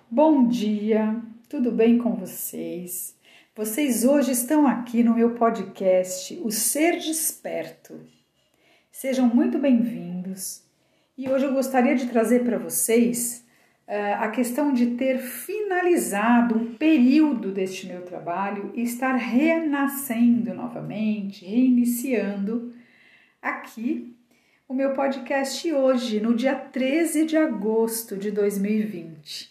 Bom dia, tudo bem com vocês? Vocês hoje estão aqui no meu podcast, O Ser Desperto. Sejam muito bem-vindos e hoje eu gostaria de trazer para vocês a questão de ter finalizado um período deste meu trabalho e estar renascendo novamente, reiniciando aqui o meu podcast hoje, no dia 13 de agosto de 2020.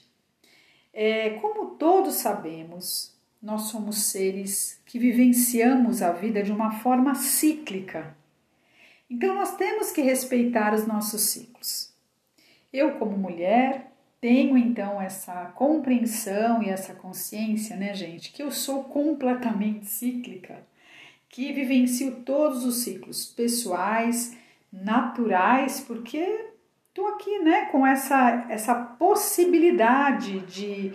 Como todos sabemos, nós somos seres que vivenciamos a vida de uma forma cíclica. Então, nós temos que respeitar os nossos ciclos. Eu, como mulher, tenho então essa compreensão e essa consciência, né, gente, que eu sou completamente cíclica, que vivencio todos os ciclos pessoais, naturais, porque estou aqui, né, com essa possibilidade de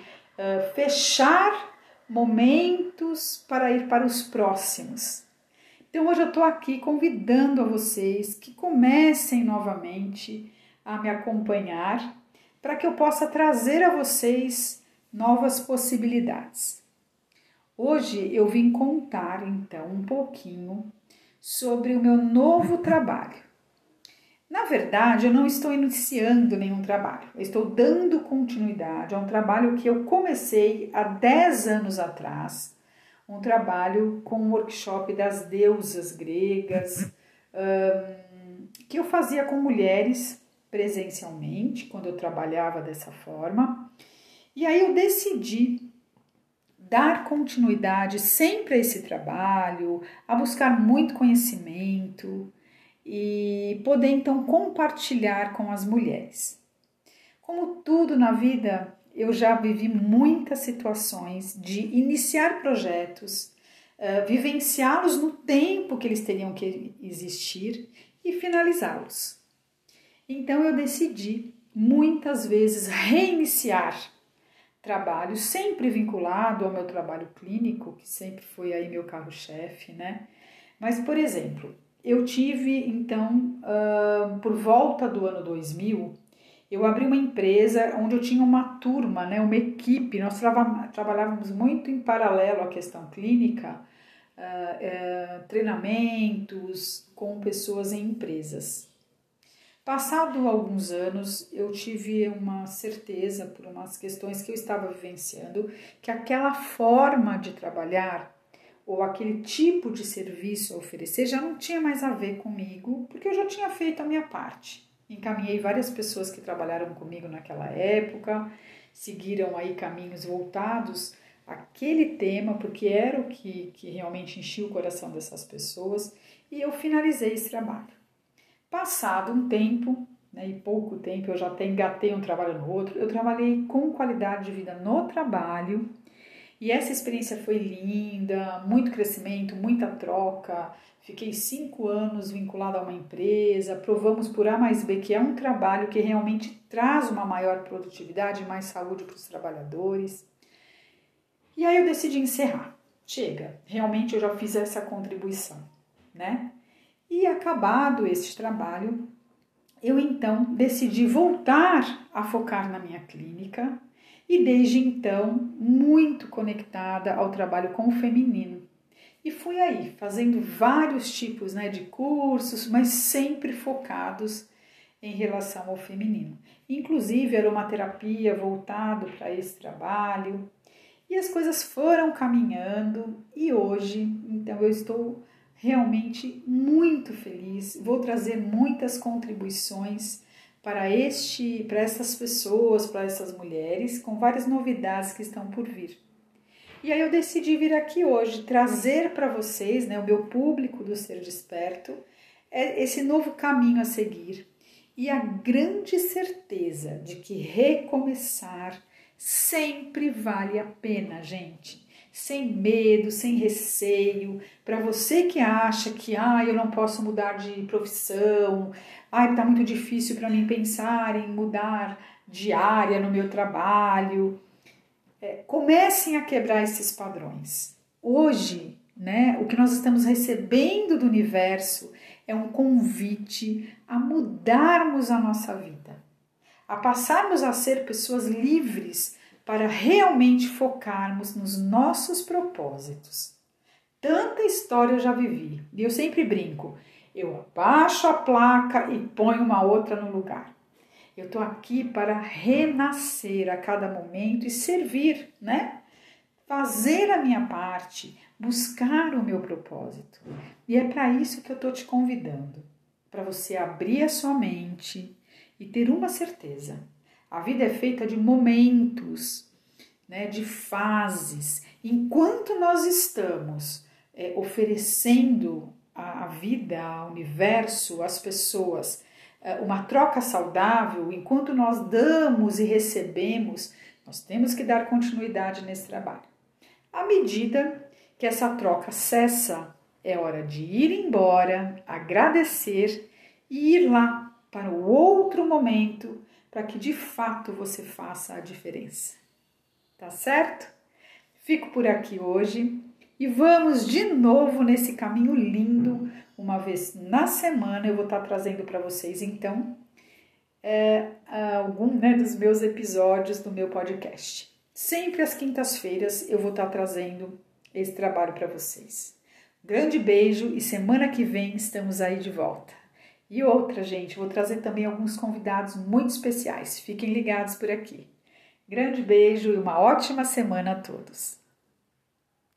fechar momentos para ir para os próximos. Então hoje eu estou aqui convidando a vocês que comecem novamente a me acompanhar para que eu possa trazer a vocês novas possibilidades. Hoje eu vim contar então um pouquinho sobre o meu novo trabalho. Na verdade, eu não estou iniciando nenhum trabalho, eu estou dando continuidade a um trabalho que eu comecei há 10 anos atrás, um trabalho com um workshop das deusas gregas, que eu fazia com mulheres presencialmente, quando eu trabalhava dessa forma, e aí eu decidi dar continuidade sempre a esse trabalho, a buscar muito conhecimento, e poder então compartilhar com as mulheres. Como tudo na vida, eu já vivi muitas situações de iniciar projetos, vivenciá-los no tempo que eles teriam que existir e finalizá-los. Então eu decidi muitas vezes reiniciar trabalho, sempre vinculado ao meu trabalho clínico, que sempre foi aí meu carro-chefe, né? Mas, por exemplo, eu tive, então, por volta do ano 2000, eu abri uma empresa onde eu tinha uma turma, né, uma equipe, nós trabalhávamos muito em paralelo à questão clínica, treinamentos com pessoas em empresas. Passado alguns anos, eu tive uma certeza, por umas questões que eu estava vivenciando, que aquela forma de trabalhar ou aquele tipo de serviço a oferecer já não tinha mais a ver comigo, porque eu já tinha feito a minha parte. Encaminhei várias pessoas que trabalharam comigo naquela época, seguiram aí caminhos voltados àquele tema, porque era o que realmente enchia o coração dessas pessoas, e eu finalizei esse trabalho. Passado um tempo, né, e pouco tempo, eu já até engatei um trabalho no outro, eu trabalhei com qualidade de vida no trabalho. E essa experiência foi linda, muito crescimento, muita troca. Fiquei 5 anos vinculada a uma empresa, provamos por A mais B que é um trabalho que realmente traz uma maior produtividade e mais saúde para os trabalhadores. E aí eu decidi encerrar. Chega, realmente eu já fiz essa contribuição, né? E acabado este trabalho, eu então decidi voltar a focar na minha clínica, e desde então muito conectada ao trabalho com o feminino. E fui aí fazendo vários tipos, né, de cursos, mas sempre focados em relação ao feminino. Inclusive aromaterapia voltado para esse trabalho. E as coisas foram caminhando e hoje, então, eu estou realmente muito feliz. Vou trazer muitas contribuições para essas pessoas, para essas mulheres, com várias novidades que estão por vir. E aí eu decidi vir aqui hoje trazer para vocês, né, o meu público do Ser Desperto, esse novo caminho a seguir e a grande certeza de que recomeçar sempre vale a pena, gente. Sem medo, sem receio. Para você que acha que eu não posso mudar de profissão, está muito difícil para mim pensar em mudar de área no meu trabalho. Comecem a quebrar esses padrões. Hoje, né, o que nós estamos recebendo do universo é um convite a mudarmos a nossa vida, a passarmos a ser pessoas livres para realmente focarmos nos nossos propósitos. Tanta história eu já vivi e eu sempre brinco, eu abaixo a placa e ponho uma outra no lugar. Eu estou aqui para renascer a cada momento e servir, né? Fazer a minha parte, buscar o meu propósito. E é para isso que eu estou te convidando, para você abrir a sua mente e ter uma certeza. A vida é feita de momentos, né, de fases. Enquanto nós estamos oferecendo à vida, ao universo, às pessoas, uma troca saudável, enquanto nós damos e recebemos, nós temos que dar continuidade nesse trabalho. À medida que essa troca cessa, é hora de ir embora, agradecer e ir lá para o outro momento para que de fato você faça a diferença. Tá certo? Fico por aqui hoje e vamos de novo nesse caminho lindo. Uma vez na semana eu vou estar trazendo para vocês então algum dos meus episódios do meu podcast. Sempre às quintas-feiras eu vou estar trazendo esse trabalho para vocês. Grande beijo e semana que vem estamos aí de volta. E outra, gente, vou trazer também alguns convidados muito especiais. Fiquem ligados por aqui. Grande beijo e uma ótima semana a todos.